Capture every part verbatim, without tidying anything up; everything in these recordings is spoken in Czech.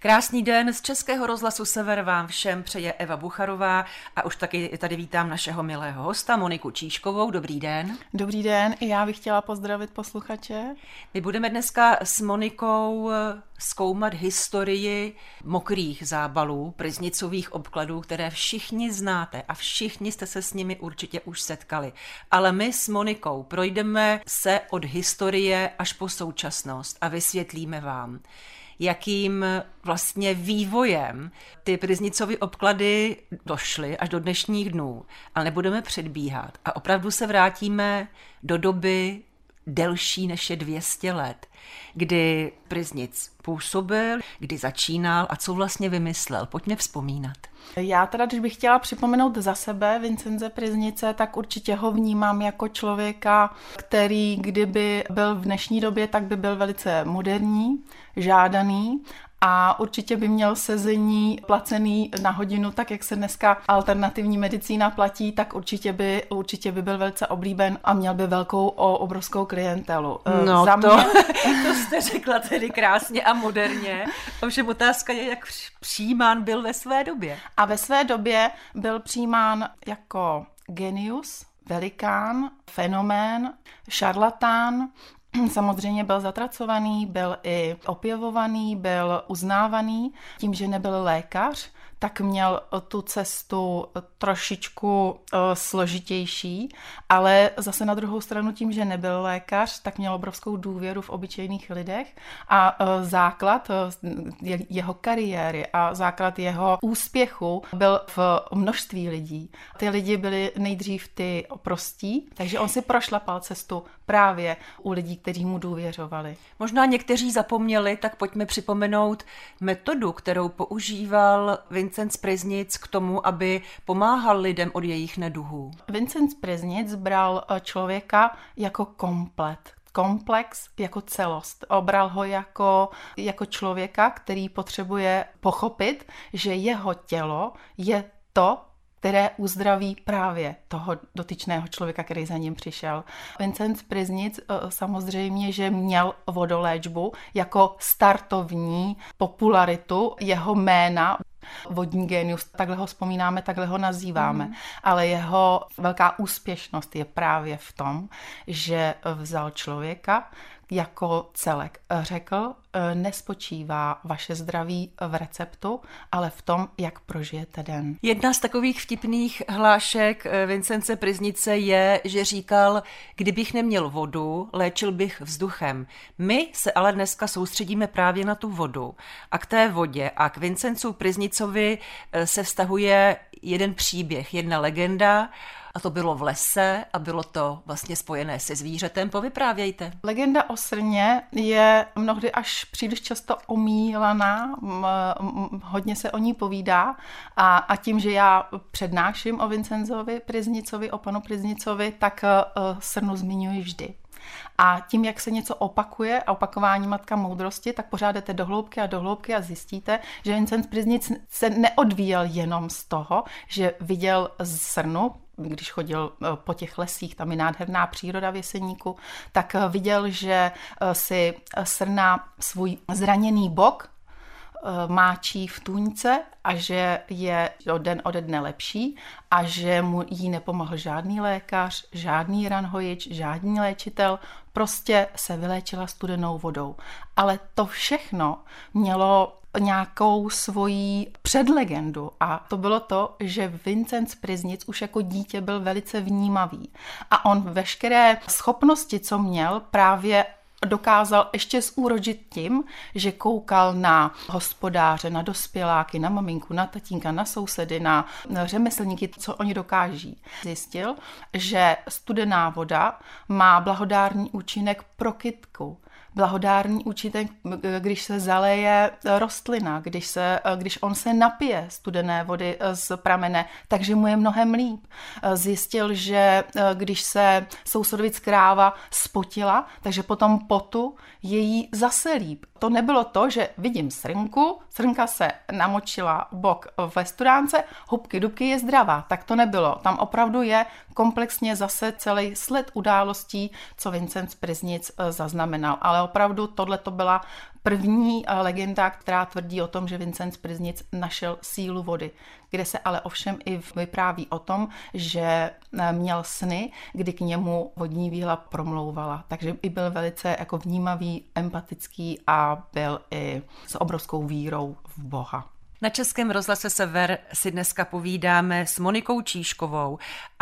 Krásný den z Českého rozhlasu Sever vám všem přeje Eva Bucharová a už taky tady vítám našeho milého hosta Moniku Číškovou. Dobrý den. Dobrý den, i já bych chtěla pozdravit posluchače. My budeme dneska s Monikou zkoumat historii mokrých zábalů, pryznicových obkladů, které všichni znáte a všichni jste se s nimi určitě už setkali. Ale my s Monikou projdeme se od historie až po současnost a vysvětlíme vám, jakým vlastně vývojem ty pryznicové obklady došly až do dnešních dnů. Ale nebudeme předbíhat a opravdu se vrátíme do doby delší než je dvě stě let, kdy Pryznic působil, kdy začínal a co vlastně vymyslel. Pojďme vzpomínat. Já teda, když bych chtěla připomenout za sebe Vincenze Pryznice, tak určitě ho vnímám jako člověka, který kdyby byl v dnešní době, tak by byl velice moderní, žádaný a určitě by měl sezení placený na hodinu, tak jak se dneska alternativní medicína platí, tak určitě by, určitě by byl velice oblíben a měl by velkou, obrovskou klientelu. No za to, mě... to jste řekla tedy krásně a moderně. Ovšem otázka je, jak přijímán byl ve své době. A ve své době byl přijímán jako genius, velikán, fenomén, šarlatán. Samozřejmě byl zatracovaný, byl i opěvovaný, byl uznávaný. Tím, že nebyl lékař, tak měl tu cestu trošičku uh, složitější, ale zase na druhou stranu tím, že nebyl lékař, tak měl obrovskou důvěru v obyčejných lidech a uh, základ uh, jeho kariéry a základ jeho úspěchu byl v množství lidí. Ty lidi byli nejdřív ty prostí, takže on si prošlapal cestu právě u lidí, kteří mu důvěřovali. Možná někteří zapomněli, tak pojďme připomenout metodu, kterou používal Vincenc Pryznic k tomu, aby pomáhal lidem od jejich neduhů. Vincenc Pryznic bral člověka jako komplet. Komplex jako celost. Obral ho jako, jako člověka, který potřebuje pochopit, že jeho tělo je to, které uzdraví právě toho dotyčného člověka, který za ním přišel. Vincenc Pryznic samozřejmě, že měl vodoléčbu jako startovní popularitu jeho jména. Vodní génius, takhle ho vzpomínáme, takhle ho nazýváme. Mm. Ale jeho velká úspěšnost je právě v tom, že vzal člověka jako celek. Řekl, nespočívá vaše zdraví v receptu, ale v tom, jak prožijete den. Jedna z takových vtipných hlášek Vincence Pryznice je, že říkal, kdybych neměl vodu, léčil bych vzduchem. My se ale dneska soustředíme právě na tu vodu a k té vodě a k Vincencu Pryznicovi se vztahuje jeden příběh, jedna legenda. A to bylo v lese a bylo to vlastně spojené se zvířetem. Povyprávějte. Legenda o srně je mnohdy až příliš často omílaná, m- m- hodně se o ní povídá a, a tím, že já přednáším o Vincenzovi Pryznicovi, o panu Pryznicovi, tak uh, srnu zmiňuji vždy. A tím, jak se něco opakuje a opakování matka moudrosti, tak pořád jdete do hloubky a do hloubky a zjistíte, že Vincenc Pryznic se neodvíjel jenom z toho, že viděl srnu, když chodil po těch lesích, tam je nádherná příroda v Jeseníku, tak viděl, že si srna svůj zraněný bok máčí v tůňce a že je den ode dne lepší a že mu jí nepomohl žádný lékař, žádný ranhojič, žádný léčitel, prostě se vyléčila studenou vodou. Ale to všechno mělo nějakou svoji předlegendu a to bylo to, že Vincenc Pryznic už jako dítě byl velice vnímavý a on veškeré schopnosti, co měl, právě dokázal ještě zúrodit tím, že koukal na hospodáře, na dospěláky, na maminku, na tatínka, na sousedy, na řemeslníky, co oni dokáží. Zjistil, že studená voda má blahodárný účinek pro kytku. Blahodárný účinek, když se zaleje rostlina, když, se, když on se napije studené vody z pramene, takže mu je mnohem líp. Zjistil, že když se sousedovic kráva spotila, takže potom potu je jí zase líp. To nebylo to, že vidím srnku, srnka se namočila bok ve studánce, hubky dubky je zdravá. Tak to nebylo. Tam opravdu je komplexně zase celý sled událostí, co Vincenc Pryznic zaznamenal. Ale ale opravdu tohle to byla první legenda, která tvrdí o tom, že Vincenc Pryznic našel sílu vody, kde se ale ovšem i vypráví o tom, že měl sny, kdy k němu vodní víla promlouvala. Takže i byl velice jako vnímavý, empatický a byl i s obrovskou vírou v Boha. Na Českém rozhlase Sever si dneska povídáme s Monikou Číškovou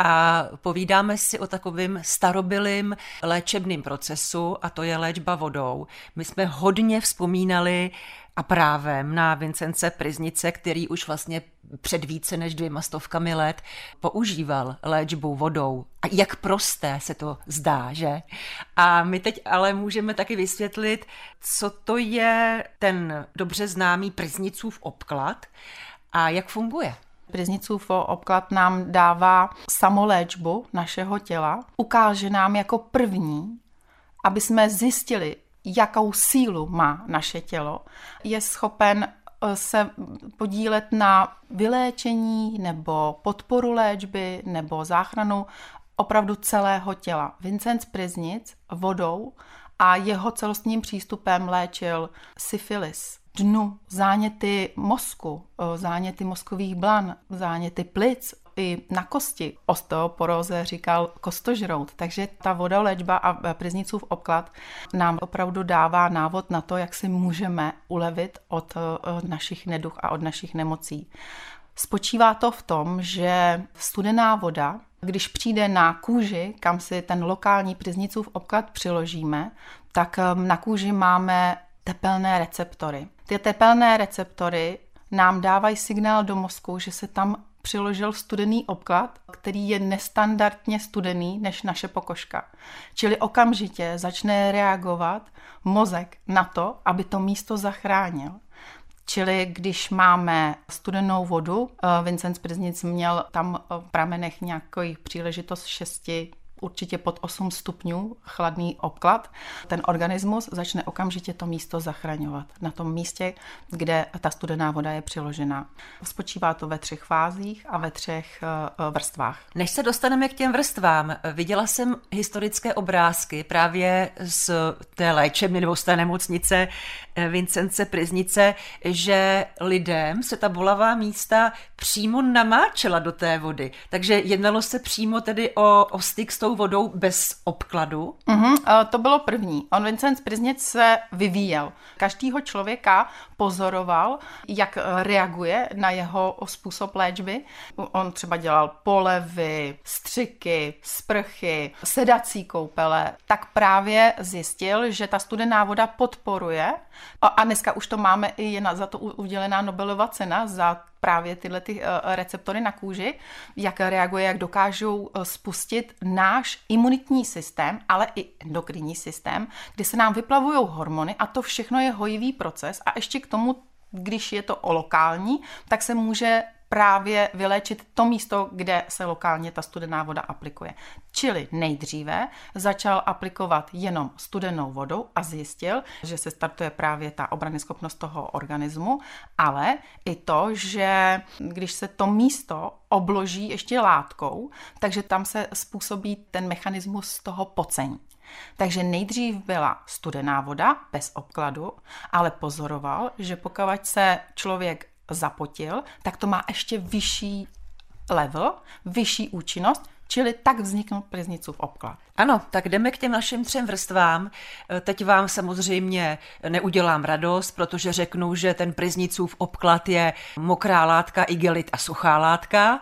a povídáme si o takovém starobylým léčebným procesu, a to je léčba vodou. My jsme hodně vzpomínali a právem na Vincence Pryznice, který už vlastně před více než dvěma stovkami let používal léčbu vodou. A jak prosté se to zdá, že? A my teď ale můžeme taky vysvětlit, co to je ten dobře známý Pryznicův obklad a jak funguje. Pryznicův obklad nám dává samoléčbu našeho těla, ukáže nám jako první, aby jsme zjistili, jakou sílu má naše tělo, je schopen se podílet na vyléčení nebo podporu léčby nebo záchranu opravdu celého těla. Vincenc Pryznic vodou a jeho celostním přístupem léčil syfilis, dnu, záněty mozku, záněty mozkových blan, záněty plic, i na kosti. Osteoporóze říkal kostožrout. Takže ta vodoléčba a Pryznicův obklad nám opravdu dává návod na to, jak si můžeme ulevit od našich neduh a od našich nemocí. Spočívá to v tom, že studená voda, když přijde na kůži, kam si ten lokální Pryznicův obklad přiložíme, tak na kůži máme tepelné receptory. Ty tepelné receptory nám dávají signál do mozku, že se tam přiložil studený obklad, který je nestandardně studený než naše pokožka. Čili okamžitě začne reagovat mozek na to, aby to místo zachránil. Čili když máme studenou vodu, Vincenc Pryznic měl tam v pramenech nějakou příležitost šesti, určitě pod osm stupňů chladný obklad, ten organismus začne okamžitě to místo zachraňovat. Na tom místě, kde ta studená voda je přiložená. Spočívá to ve třech fázích a ve třech vrstvách. Než se dostaneme k těm vrstvám, viděla jsem historické obrázky právě z té léčebny nebo z té nemocnice Vincence Pryznice, že lidem se ta bolavá místa přímo namáčela do té vody. Takže jednalo se přímo tedy o, o styk s tou vodou bez obkladu? Mm-hmm, to bylo první. On Vincenc Pryznic se vyvíjel. Každýho člověka pozoroval, jak reaguje na jeho způsob léčby. On třeba dělal polevy, střiky, sprchy, sedací koupele. Tak právě zjistil, že ta studená voda podporuje. A dneska už to máme i je za to udělená Nobelova cena za právě tyhle ty receptory na kůži, jak reaguje, jak dokážou spustit náš imunitní systém, ale i endokrinní systém, kdy se nám vyplavují hormony a to všechno je hojivý proces a ještě k tomu, když je to lokální, tak se může právě vyléčit to místo, kde se lokálně ta studená voda aplikuje. Čili nejdříve začal aplikovat jenom studenou vodou a zjistil, že se startuje právě ta obranyschopnost toho organismu, ale i to, že když se to místo obloží ještě látkou, takže tam se způsobí ten mechanismus toho pocení. Takže nejdřív byla studená voda bez obkladu, ale pozoroval, že pokud se člověk zapotil, tak to má ještě vyšší level, vyšší účinnost, čili tak vzniknul Pryznicův obklad. Ano, tak jdeme k těm našim třem vrstvám. Teď vám samozřejmě neudělám radost, protože řeknu, že ten Pryznicův obklad je mokrá látka, igelit a suchá látka.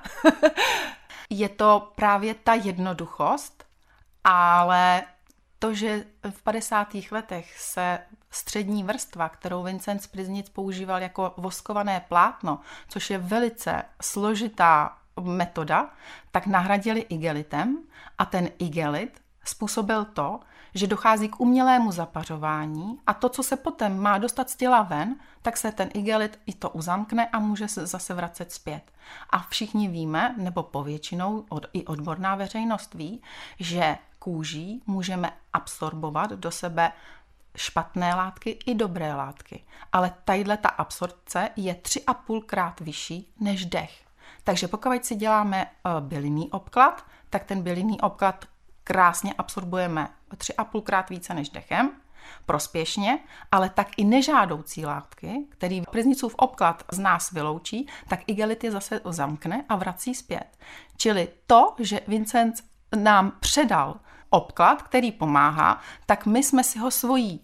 Je to právě ta jednoduchost, ale to, že v padesátých letech se střední vrstva, kterou Vincenc Pryznic používal jako voskované plátno, což je velice složitá metoda, tak nahradili igelitem a ten igelit způsobil to, že dochází k umělému zapařování a to, co se potom má dostat z těla ven, tak se ten igelit i to uzamkne a může se zase vracet zpět. A všichni víme, nebo povětšinou od, i odborná veřejnost ví, že kůží můžeme absorbovat do sebe špatné látky i dobré látky. Ale tadyhle ta absorpce je tři a půlkrát vyšší než dech. Takže pokud si děláme bylinný obklad, tak ten bylinný obklad krásně absorbujeme tři a půlkrát více než dechem. prospěšně, ale tak i nežádoucí látky, který Priznicův obklad z nás vyloučí, tak igelit je zase zamkne a vrací zpět. Čili to, že Vincenc nám předal obklad, který pomáhá, tak my jsme si ho svojí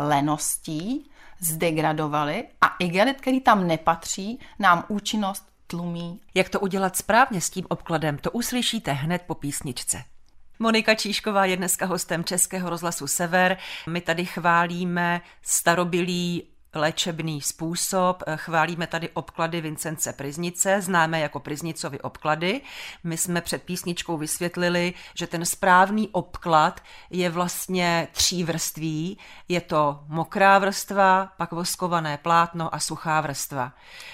leností zdegradovali a igelit, který tam nepatří, nám účinnost tlumí. Jak to udělat správně s tím obkladem, to uslyšíte hned po písničce. Monika Číšková je dneska hostem Českého rozhlasu Sever. My tady chválíme starobylý léčebný způsob, chválíme tady obklady Vincence Priznice, známe jako Priznicovy obklady. My jsme před písničkou vysvětlili, že ten správný obklad je vlastně třívrství. Je to mokrá vrstva, pak voskované plátno a suchá vrstva.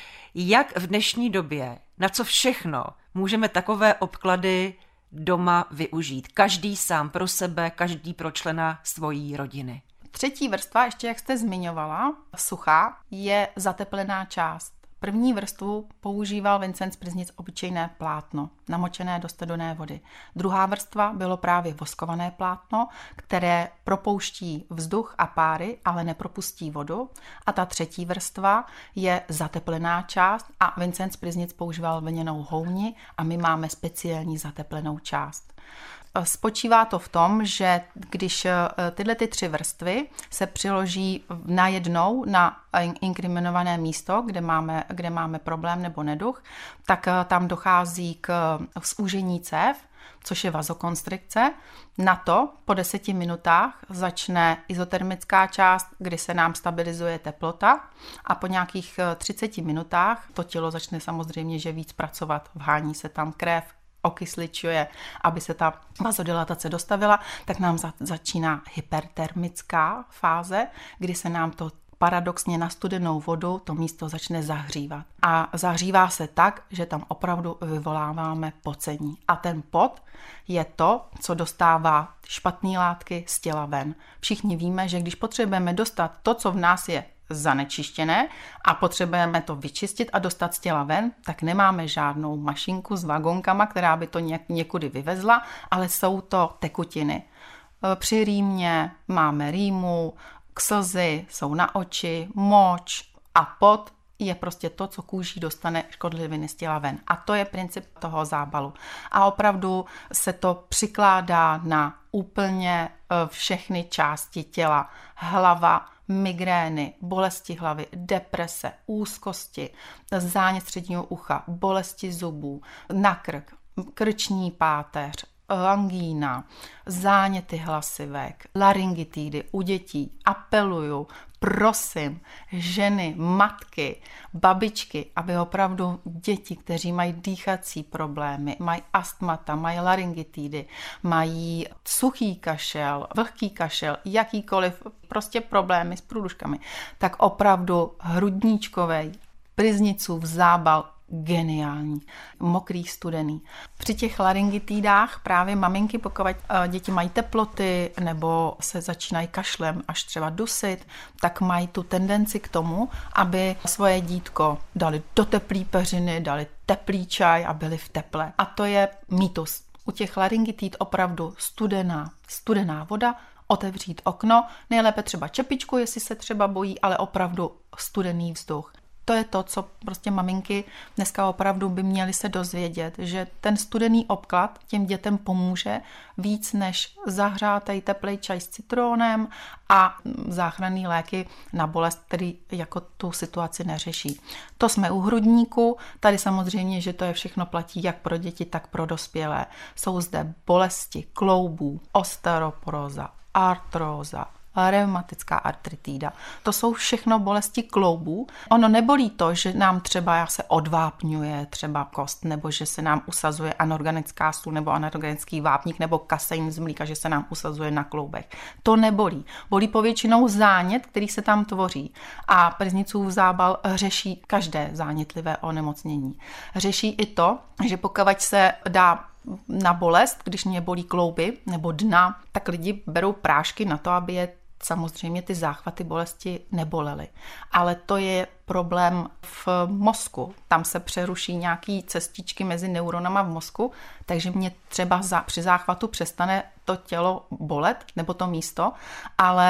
Jak v dnešní době, na co všechno můžeme takové obklady doma využít? Každý sám pro sebe, každý pro člena svojí rodiny. Třetí vrstva, ještě jak jste zmiňovala, suchá, je zateplená část. První vrstvu používal Vincenc Priznic obyčejné plátno, namočené do studené vody. Druhá vrstva bylo právě voskované plátno, které propouští vzduch a páry, ale nepropustí vodu. A ta třetí vrstva je zateplená část a Vincenc Priznic používal vlněnou houni a my máme speciální zateplenou část. Spočívá to v tom, že když tyhle ty tři vrstvy se přiloží najednou na inkriminované místo, kde máme, kde máme problém nebo neduch, tak tam dochází k zúžení cév, což je vazokonstrikce. Na to po deseti minutách začne izotermická část, kdy se nám stabilizuje teplota a po nějakých třiceti minutách to tělo začne samozřejmě že víc pracovat, vhání se tam krev, okysličuje, aby se ta vazodilatace dostavila, tak nám za, začíná hypertermická fáze, kdy se nám to paradoxně na studenou vodu to místo začne zahřívat. A zahřívá se tak, že tam opravdu vyvoláváme pocení. A ten pot je to, co dostává špatné látky z těla ven. Všichni víme, že když potřebujeme dostat to, co v nás je zanečištěné a potřebujeme to vyčistit a dostat z těla ven, tak nemáme žádnou mašinku s vagonkama, která by to něk- někudy vyvezla, ale jsou to tekutiny. Při rýmě máme rýmu, slzy jsou na oči, moč a pot je prostě to, co kůží dostane škodliviny z těla ven. A to je princip toho zábalu. A opravdu se to přikládá na úplně všechny části těla. Hlava, migrény, bolesti hlavy, deprese, úzkosti, zánět středního ucha, bolesti zubů, na krk, krční páteř, angína, záněty hlasivek, laryngitidy u dětí. Apeluju, prosím, ženy, matky, babičky, aby opravdu děti, kteří mají dýchací problémy, mají astmata, mají laryngitidy, mají suchý kašel, vlhký kašel, jakýkoliv prostě problémy s průduškami, tak opravdu hrudníčkovej, Priznicův zábal geniální, mokrý, studený. Při těch laryngitidách právě maminky, pokud děti mají teploty nebo se začínají kašlem až třeba dusit, tak mají tu tendenci k tomu, aby svoje dítko dali do teplý peřiny, dali teplý čaj a byli v teple. A to je mýtus. U těch laryngitid opravdu studená, studená voda, otevřít okno, nejlépe třeba čepičku, jestli se třeba bojí, ale opravdu studený vzduch. To je to, co prostě maminky dneska opravdu by měly se dozvědět, že ten studený obklad těm dětem pomůže víc než zahřátej teplej čaj s citrónem a záchranný léky na bolest, který jako tu situaci neřeší. To jsme u hrudníku, tady samozřejmě, že to je všechno platí jak pro děti, tak pro dospělé. Jsou zde bolesti kloubů, osteoporóza, artróza, reumatická artritída. To jsou všechno bolesti kloubů. Ono nebolí to, že nám třeba se odvápňuje třeba kost, nebo že se nám usazuje anorganická sůl nebo anorganický vápník nebo kasein z mlíka, že se nám usazuje na kloubech. To nebolí. Bolí povětšinou zánět, který se tam tvoří. A Priznicův zábal řeší každé zánětlivé onemocnění. Řeší i to, že pokud se dá na bolest, když mě bolí klouby nebo dna, tak lidi berou prášky na to, aby je samozřejmě ty záchvaty bolesti nebolely. Ale to je problém v mozku. Tam se přeruší nějaký cestičky mezi neuronama v mozku, takže mě třeba za, při záchvatu přestane to tělo bolet nebo to místo, ale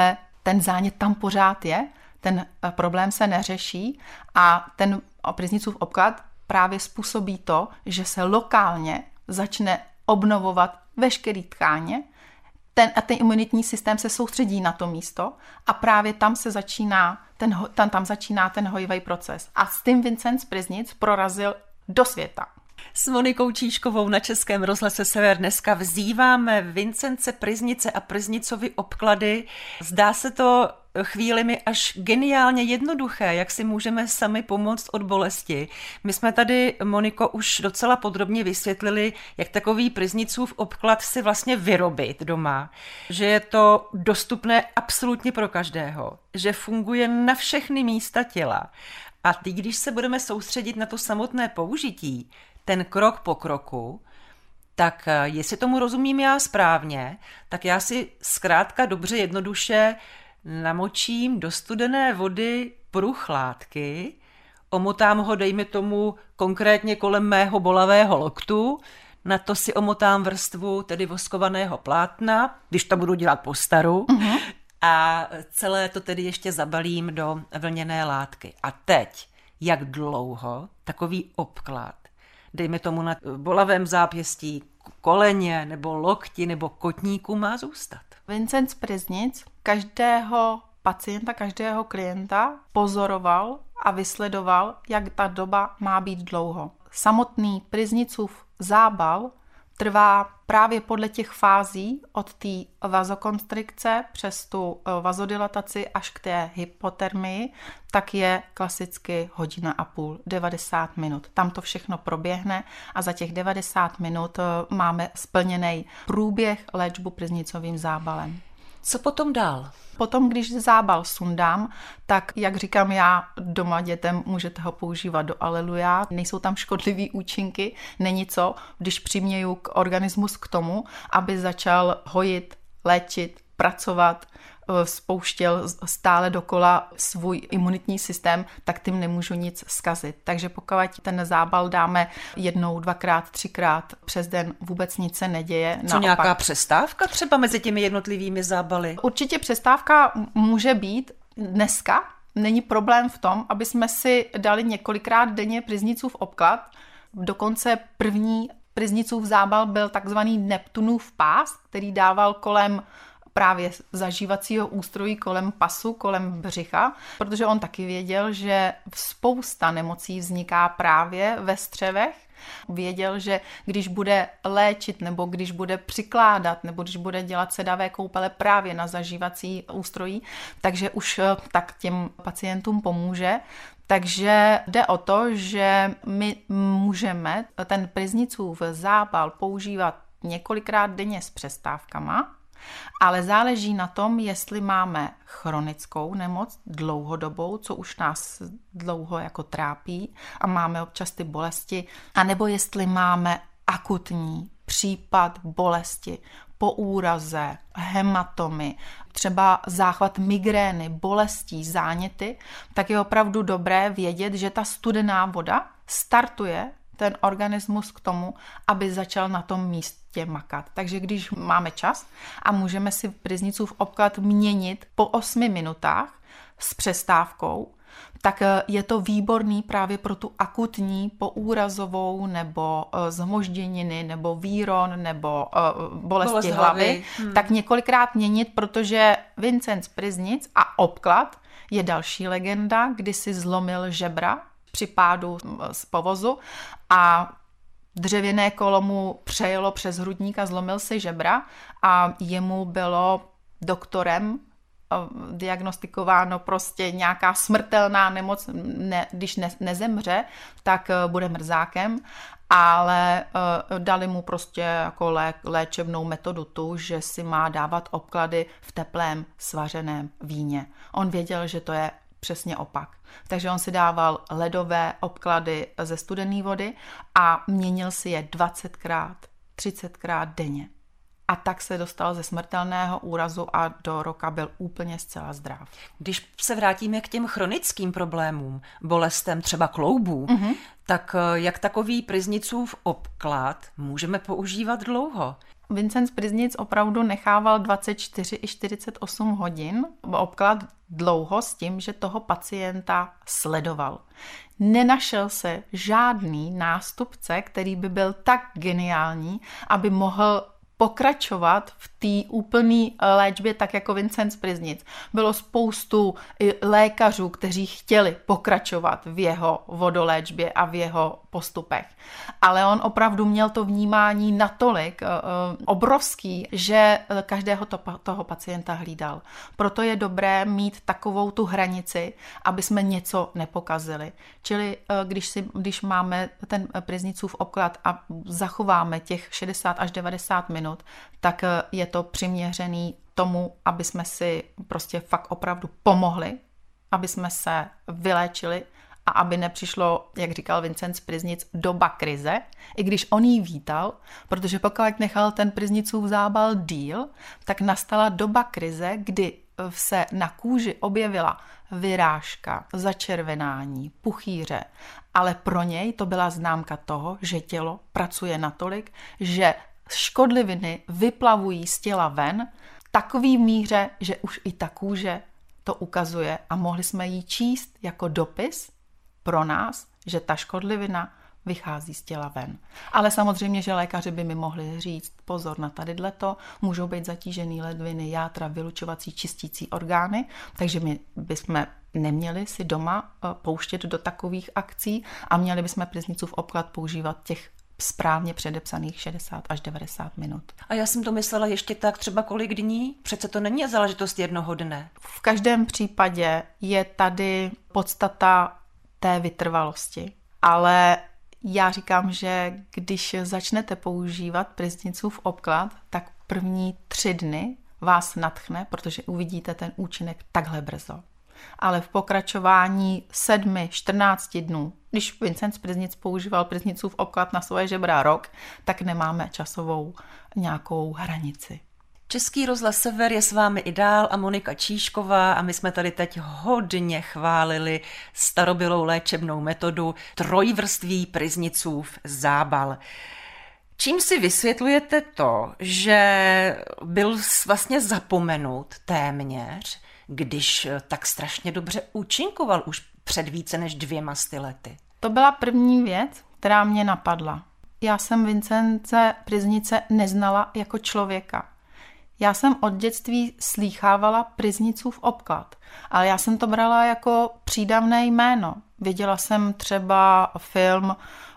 ten zánět tam pořád je, ten problém se neřeší a ten Pryznicův obklad právě způsobí to, že se lokálně začne obnovovat veškerý tkáně ten, a ten imunitní systém se soustředí na to místo a právě tam se začíná ten, tam, tam začíná ten hojivý proces. A s tím Vincent z Pryznic prorazil do světa. S Monikou Číškovou na Českém rozhlase Sever dneska vzýváme Vincence Pryznice a Pryznicovy obklady. Zdá se to chvílemi až geniálně jednoduché, jak si můžeme sami pomoct od bolesti. My jsme tady, Moniko, už docela podrobně vysvětlili, jak takový Pryznicův obklad si vlastně vyrobit doma. Že je to dostupné absolutně pro každého. Že funguje na všechny místa těla. A teď, když se budeme soustředit na to samotné použití, ten krok po kroku, tak jestli tomu rozumím já správně, tak já si zkrátka dobře jednoduše namočím do studené vody pruh látky, omotám ho, dejme tomu, konkrétně kolem mého bolavého loktu, na to si omotám vrstvu tedy voskovaného plátna, když to budu dělat po staru, uh-huh. a celé to tedy ještě zabalím do vlněné látky. A teď, jak dlouho takový obklad, dejme tomu na bolavém zápěstí, koleně, nebo lokti, nebo kotníku má zůstat? Vincent z Pryznic každého pacienta, každého klienta pozoroval a vysledoval, jak ta doba má být dlouho. Samotný Pryznicův zábal trvá právě podle těch fází od té vazokonstrikce přes tu vazodilataci až k té hypotermii, tak je klasicky hodina a půl, devadesát minut. Tam to všechno proběhne a za těch devadesát minut máme splněný průběh léčbu Pryznicovým zábalem. Co potom dál? Potom, když zábal sundám, tak, jak říkám já doma dětem, můžete ho používat do aleluja. Nejsou tam škodlivý účinky, není co, když přiměju k organismus k tomu, aby začal hojit, léčit, pracovat, spouštěl stále dokola svůj imunitní systém, tak tím nemůžu nic zkazit. Takže pokud ten zábal dáme jednou, dvakrát, třikrát přes den, vůbec nic se neděje. Co, nějaká přestávka třeba mezi těmi jednotlivými zábaly? Určitě přestávka může být dneska. Není problém v tom, aby jsme si dali několikrát denně Pryznicův obklad. Dokonce první Pryznicův zábal byl takzvaný Neptunův pás, který dával kolem právě zažívacího ústrojí kolem pasu, kolem břicha, protože on taky věděl, že spousta nemocí vzniká právě ve střevech. Věděl, že když bude léčit nebo když bude přikládat nebo když bude dělat sedavé koupele právě na zažívací ústrojí, takže už tak těm pacientům pomůže. Takže jde o to, že my můžeme ten Pryznicův zábal používat několikrát denně s přestávkama, ale záleží na tom, jestli máme chronickou nemoc, dlouhodobou, co už nás dlouho jako trápí a máme občas ty bolesti, anebo jestli máme akutní případ bolesti po úraze, hematomy, třeba záchvat migrény, bolestí, záněty, tak je opravdu dobré vědět, že ta studená voda startuje ten organismus k tomu, aby začal na tom místě makat. Takže když máme čas a můžeme si Pryznicův obklad měnit po osmi minutách s přestávkou, tak je to výborný právě pro tu akutní poúrazovou nebo zhmožděniny nebo výron nebo bolesti Bolest hlavy. hlavy. Hmm. Tak několikrát měnit, protože Vincent z Pryznic a obklad je další legenda, kdy si zlomil žebra při pádu z povozu a dřevěné kolo mu přejelo přes hrudník a zlomil si žebra a jemu bylo doktorem diagnostikováno prostě nějaká smrtelná nemoc, ne, když ne, nezemře, tak bude mrzákem, ale uh, dali mu prostě jako lé, léčebnou metodu tu, že si má dávat obklady v teplém svařeném víně. On věděl, že to je přesně opak. Takže on si dával ledové obklady ze studené vody a měnil si je dvacetkrát, třicetkrát denně. A tak se dostal ze smrtelného úrazu a do roka byl úplně zcela zdrav. Když se vrátíme k těm chronickým problémům, bolestem třeba kloubů, mm-hmm. tak jak takový Pryznicův obklad můžeme používat dlouho? Vincent z Pryznic opravdu nechával dvacet čtyři i čtyřicet osm hodin obklad dlouho s tím, že toho pacienta sledoval. Nenašel se žádný nástupce, který by byl tak geniální, aby mohl pokračovat v té úplné léčbě tak jako Vincent z Pryznic. Bylo spoustu lékařů, kteří chtěli pokračovat v jeho vodoléčbě a v jeho postupech. Ale on opravdu měl to vnímání natolik uh, obrovský, že každého to, toho pacienta hlídal. Proto je dobré mít takovou tu hranici, aby jsme něco nepokazili. Čili uh, když, si, když máme ten Pryznicův obklad a zachováme těch šedesát až devadesát minut, tak uh, je to přiměřený tomu, aby jsme si prostě fakt opravdu pomohli, aby jsme se vyléčili a aby nepřišlo, jak říkal Vincent z Pryznic, doba krize, i když on ji vítal, protože pokud nechal ten Pryznicův zábal díl, tak nastala doba krize, kdy se na kůži objevila vyrážka, začervenání, puchýře, ale pro něj to byla známka toho, že tělo pracuje natolik, že škodliviny vyplavují z těla ven takový míře, že už i ta kůže to ukazuje a mohli jsme ji číst jako dopis pro nás, že ta škodlivina vychází z těla ven. Ale samozřejmě, že lékaři by mi mohli říct, pozor na tadyhleto, můžou být zatížený ledviny, játra, vylučovací, čistící orgány, takže my bychom neměli si doma pouštět do takových akcí a měli bychom Pryznicův obklad používat těch správně předepsaných šedesát až devadesát minut. A já jsem to myslela ještě tak třeba kolik dní? Přece to není záležitost jednoho dne. V každém případě je tady podstata té vytrvalosti. Ale já říkám, že když začnete používat Pryznicův obklad, tak první tři dny vás nadchne, protože uvidíte ten účinek takhle brzo. Ale v pokračování sedmi, čtrnácti dnů, když Vincent z Pryznic používal Pryznicův obklad na svoje žebra rok, tak nemáme časovou nějakou hranici. Český rozhlas Sever je s vámi i dál a Monika Číšková a my jsme tady teď hodně chválili starobylou léčebnou metodu trojvrství Pryznicův zábal. Čím si vysvětlujete to, že byl vlastně zapomenut téměř, když tak strašně dobře účinkoval už před více než dvěma sty lety? To byla první věc, která mě napadla. Já jsem Vincence Pryznice neznala jako člověka. Já jsem od dětství slýchávala Pryznicův obklad, ale já jsem to brala jako přídavné jméno. Viděla jsem třeba film,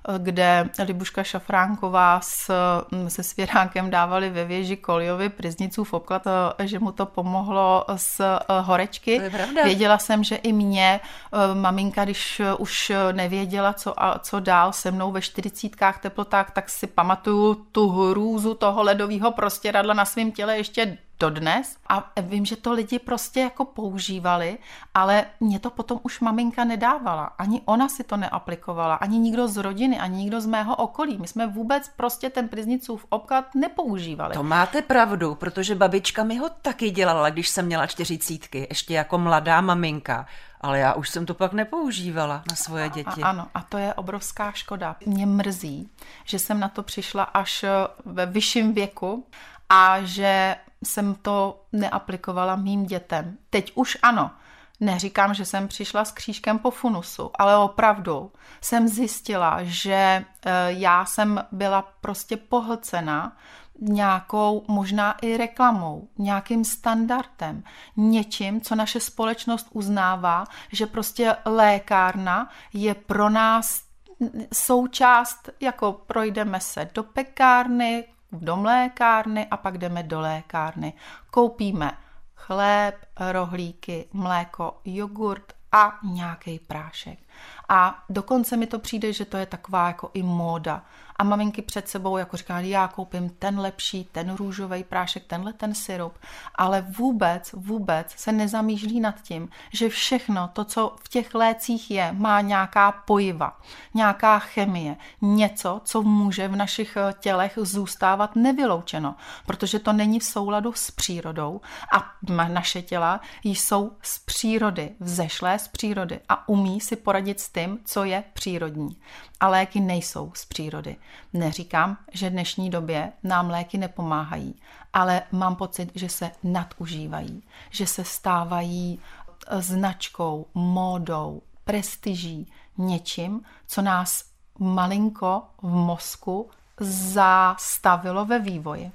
kde Libuška Šafránková s, se Svěrákem dávali ve věži Koliovi Pryznicův obklad, že mu to pomohlo z horečky. To je pravda. Věděla jsem, že i mě maminka, když už nevěděla, co, a, co dál se mnou ve čtyřicítkách teplotách, tak si pamatuju tu hrůzu toho ledového prostěradla na svém těle ještě dodnes a vím, že to lidi prostě jako používali, ale mě to potom už maminka nedávala. Ani ona si to neaplikovala, ani nikdo z rodiny, ani nikdo z mého okolí. My jsme vůbec prostě ten Pryznicův obklad nepoužívali. To máte pravdu, protože babička mi ho taky dělala, když jsem měla čtyřicítky, ještě jako mladá maminka. Ale já už jsem to pak nepoužívala na svoje děti. A, ano, a to je obrovská škoda. Mě mrzí, že jsem na to přišla až ve vyšším věku a že jsem to neaplikovala mým dětem. Teď už ano. Neříkám, že jsem přišla s křížkem po funusu, ale opravdu jsem zjistila, že já jsem byla prostě pohlcena nějakou možná i reklamou, nějakým standardem, něčím, co naše společnost uznává, že prostě lékárna je pro nás součást, jako projdeme se do pekárny, do mlékárny a pak jdeme do lékárny. Koupíme chléb, rohlíky, mléko, jogurt a nějaký prášek. A dokonce mi to přijde, že to je taková jako i móda. A maminky před sebou jako říkají, já koupím ten lepší, ten růžový prášek, tenhle ten syrup. Ale vůbec, vůbec se nezamýšlí nad tím, že všechno to, co v těch lécích je, má nějaká pojiva, nějaká chemie, něco, co může v našich tělech zůstávat nevyloučeno, protože to není v souladu s přírodou a naše těla jsou z přírody, vzešlé z přírody a umí si poradit s tím, co je přírodní. A léky nejsou z přírody. Neříkám, že v dnešní době nám léky nepomáhají, ale mám pocit, že se nadužívají, že se stávají značkou, módou, prestiží, něčím, co nás malinko v mozku zastavilo ve vývoji.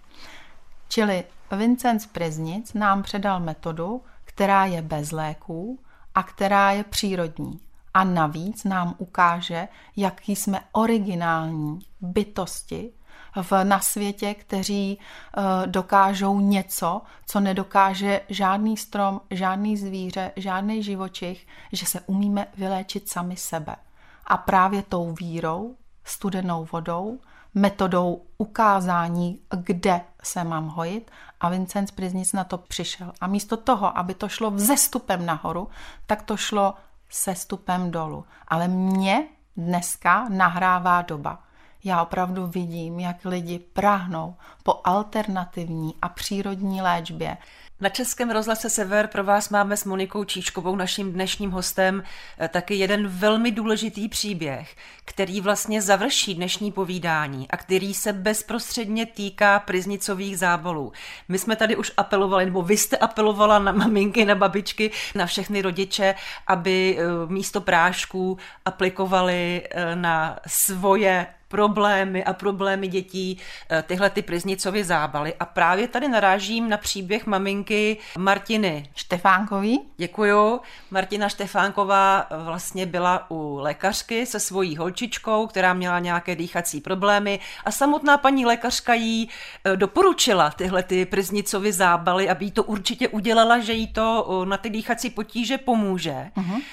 Čili Vincenc Pryznic nám předal metodu, která je bez léků a která je přírodní. A navíc nám ukáže, jaký jsme originální bytosti v, na světě, kteří uh, dokážou něco, co nedokáže žádný strom, žádný zvíře, žádný živočich, že se umíme vyléčit sami sebe. A právě tou vírou, studenou vodou, metodou ukázání, kde se mám hojit, a Vincenc Pryznic na to přišel. A místo toho, aby to šlo vzestupem nahoru, tak to šlo sestupem dolů. Ale mě dneska nahrává doba. Já opravdu vidím, jak lidi práhnou po alternativní a přírodní léčbě. Na Českém rozhlase Sever pro vás máme s Monikou Číškovou, naším dnešním hostem, taky jeden velmi důležitý příběh, který vlastně završí dnešní povídání a který se bezprostředně týká Pryznicových zábalů. My jsme tady už apelovali, nebo vy jste apelovala na maminky, na babičky, na všechny rodiče, aby místo prášků aplikovali na svoje problémy a problémy dětí tyhle ty Pryznicovy zábaly. A právě tady narážím na příběh maminky Martiny Štefánkový. Děkuju. Martina Štefánková vlastně byla u lékařky se svojí holčičkou, která měla nějaké dýchací problémy, a samotná paní lékařka jí doporučila tyhle ty Pryznicovy zábaly, aby jí to určitě udělala, že jí to na ty dýchací potíže pomůže. Uh-huh.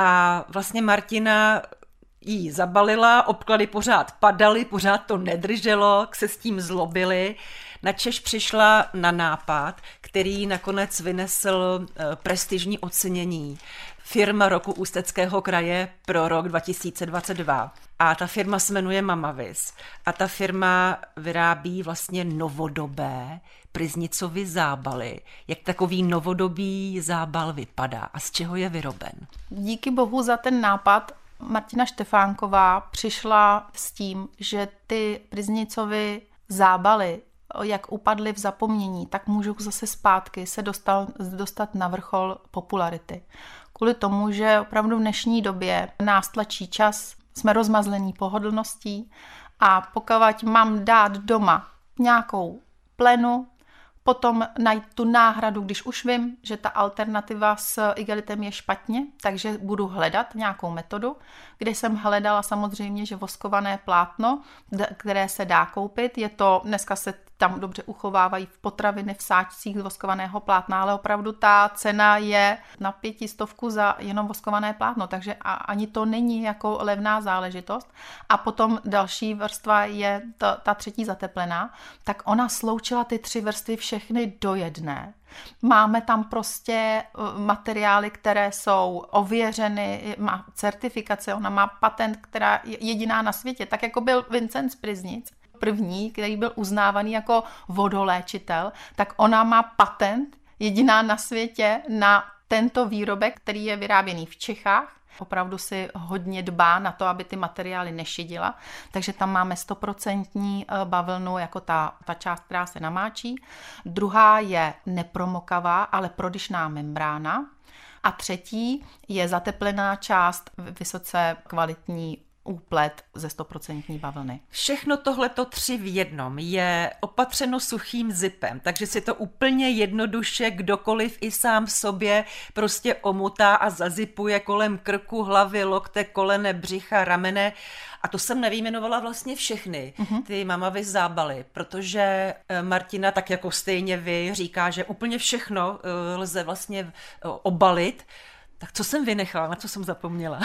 A vlastně Martina jí zabalila, obklady pořád padaly, pořád to nedrželo, se s tím zlobili. Načež přišla na nápad, který nakonec vynesl prestižní ocenění. Firma roku Ústeckého kraje pro rok dva tisíce dvacet dva. A ta firma se jmenuje Mamavis. A ta firma vyrábí vlastně novodobé Pryznicovy zábaly. Jak takový novodobý zábal vypadá a z čeho je vyroben? Díky bohu za ten nápad. Martina Štefánková přišla s tím, že ty Pryznicovy zábaly, jak upadly v zapomnění, tak můžou zase zpátky se dostal, dostat na vrchol popularity. Kvůli tomu, že opravdu v dnešní době nás tlačí čas, jsme rozmazlení pohodlností, a pokud mám dát doma nějakou plenu, potom najít tu náhradu, když už vím, že ta alternativa s igelitem je špatně, takže budu hledat nějakou metodu, kde jsem hledala samozřejmě, že voskované plátno, které se dá koupit, je to, dneska se tam dobře uchovávají v potraviny, v sáčcích z voskovaného plátna, ale opravdu ta cena je na pětistovku za jenom voskované plátno, takže ani to není jako levná záležitost. A potom další vrstva je ta, ta třetí zateplená, tak ona sloučila ty tři vrstvy všechny do jedné. Máme tam prostě materiály, které jsou ověřeny, má certifikace, ona má patent, která je jediná na světě, tak jako byl Vincenc Pryznic, první, který byl uznávaný jako vodoléčitel, tak ona má patent, jediná na světě, na tento výrobek, který je vyráběný v Čechách. Opravdu si hodně dbá na to, aby ty materiály nešidila, takže tam máme stoprocentní bavlnu jako ta, ta část, která se namáčí. Druhá je nepromokavá, ale prodyšná membrána. A třetí je zateplená část, vysoce kvalitní úplet ze stoprocentní bavlny. Všechno tohleto tři v jednom je opatřeno suchým zipem, takže si to úplně jednoduše kdokoliv i sám sobě prostě omotá a zazipuje kolem krku, hlavy, lokte, kolene, břicha, ramene. A to jsem nevyjmenovala vlastně všechny, uh-huh. ty Mamavis zábaly, protože Martina, tak jako stejně vy, říká, že úplně všechno lze vlastně obalit. Tak co jsem vynechala, na co jsem zapomněla?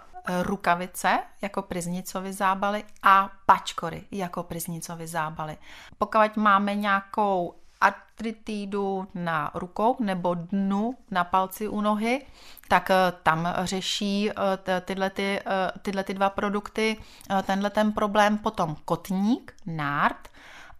Rukavice jako Pryznicovy zábaly a pačkory jako Pryznicovy zábaly. Pokud máme nějakou artritidu na rukou nebo dnu na palci u nohy, tak tam řeší tyhle, ty, tyhle ty dva produkty tenhle ten problém. Potom kotník, nárt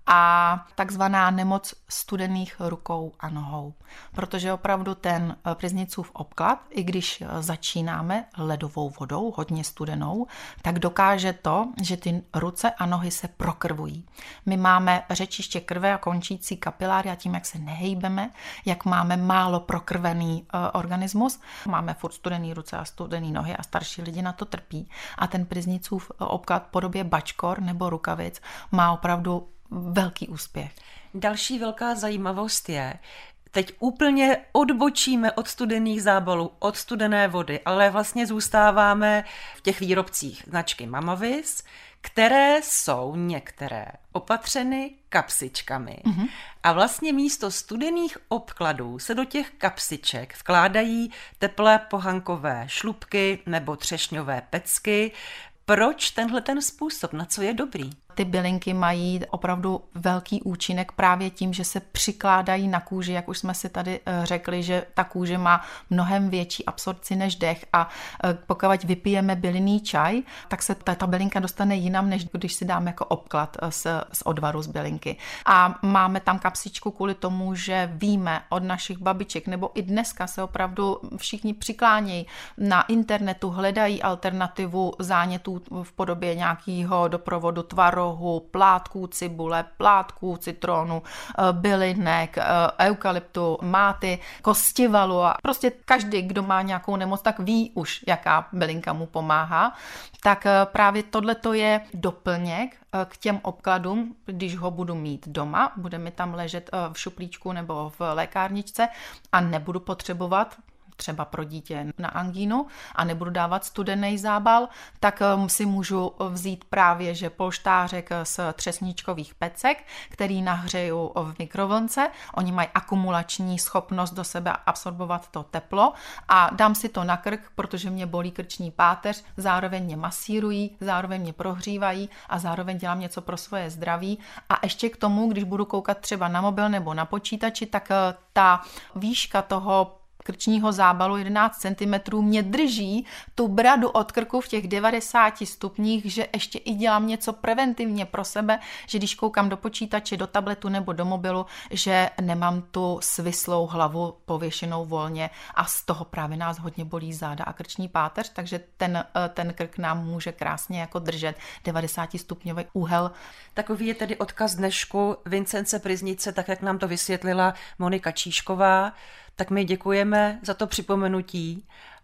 a takzvaná nemoc studených rukou a nohou. Protože opravdu ten Priznicův obklad, i když začínáme ledovou vodou, hodně studenou, tak dokáže to, že ty ruce a nohy se prokrvují. My máme řečiště krve a končící kapiláry a tím, jak se nehejbeme, jak máme málo prokrvený uh, organismus, máme furt studený ruce a studený nohy a starší lidi na to trpí. A ten Priznicův obklad v podobě bačkor nebo rukavic má opravdu velký úspěch. Další velká zajímavost je, teď úplně odbočíme od studených zábalů, od studené vody, ale vlastně zůstáváme v těch výrobcích značky Mamavis, které jsou některé opatřeny kapsičkami. Mm-hmm. A vlastně místo studených obkladů se do těch kapsiček vkládají teplé pohankové šlupky nebo třešňové pecky. Proč tenhle ten způsob? Na co je dobrý? Ty bylinky mají opravdu velký účinek právě tím, že se přikládají na kůži, jak už jsme si tady řekli, že ta kůže má mnohem větší absorpci než dech a pokud vypijeme bylinný čaj, tak se ta, ta bylinka dostane jinam, než když si dáme jako obklad z, z odvaru z bylinky. A máme tam kapsičku kvůli tomu, že víme od našich babiček, nebo i dneska se opravdu všichni přiklánějí na internetu, hledají alternativu zánětů v podobě nějakého doprovodu tvaru, plátků cibule, plátků citronu, bylinek, eukalyptu, máty, kostivalu a prostě každý, kdo má nějakou nemoc, tak ví už, jaká bylinka mu pomáhá. Tak právě tohleto je doplněk k těm obkladům, když ho budu mít doma, bude mi tam ležet v šuplíčku nebo v lékárničce a nebudu potřebovat třeba pro dítě na angínu a nebudu dávat studený zábal, tak si můžu vzít právě, že polštářek z třesničkových pecek, který nahřeju v mikrovlnce. Oni mají akumulační schopnost do sebe absorbovat to teplo a dám si to na krk, protože mě bolí krční páteř, zároveň mě masírují, zároveň mě prohřívají a zároveň dělám něco pro svoje zdraví. A ještě k tomu, když budu koukat třeba na mobil nebo na počítači, tak ta výška toho krčního zábalu jedenáct centimetrů mě drží tu bradu od krku v těch devadesáti stupních, že ještě i dělám něco preventivně pro sebe, že když koukám do počítače, do tabletu nebo do mobilu, že nemám tu svislou hlavu pověšenou volně a z toho právě nás hodně bolí záda a krční páteř, takže ten, ten krk nám může krásně jako držet devadesáti-stupňový úhel. Takový je tedy odkaz dnešku Vincence Priznice, tak jak nám to vysvětlila Monika Číšková. Tak my děkujeme za to připomenutí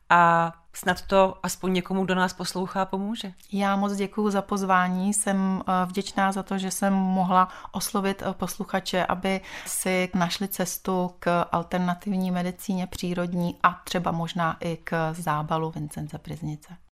a snad to aspoň někomu, kdo nás poslouchá, pomůže. Já moc děkuju za pozvání, jsem vděčná za to, že jsem mohla oslovit posluchače, aby si našli cestu k alternativní medicíně přírodní a třeba možná i k zábalu Vincence Priznice.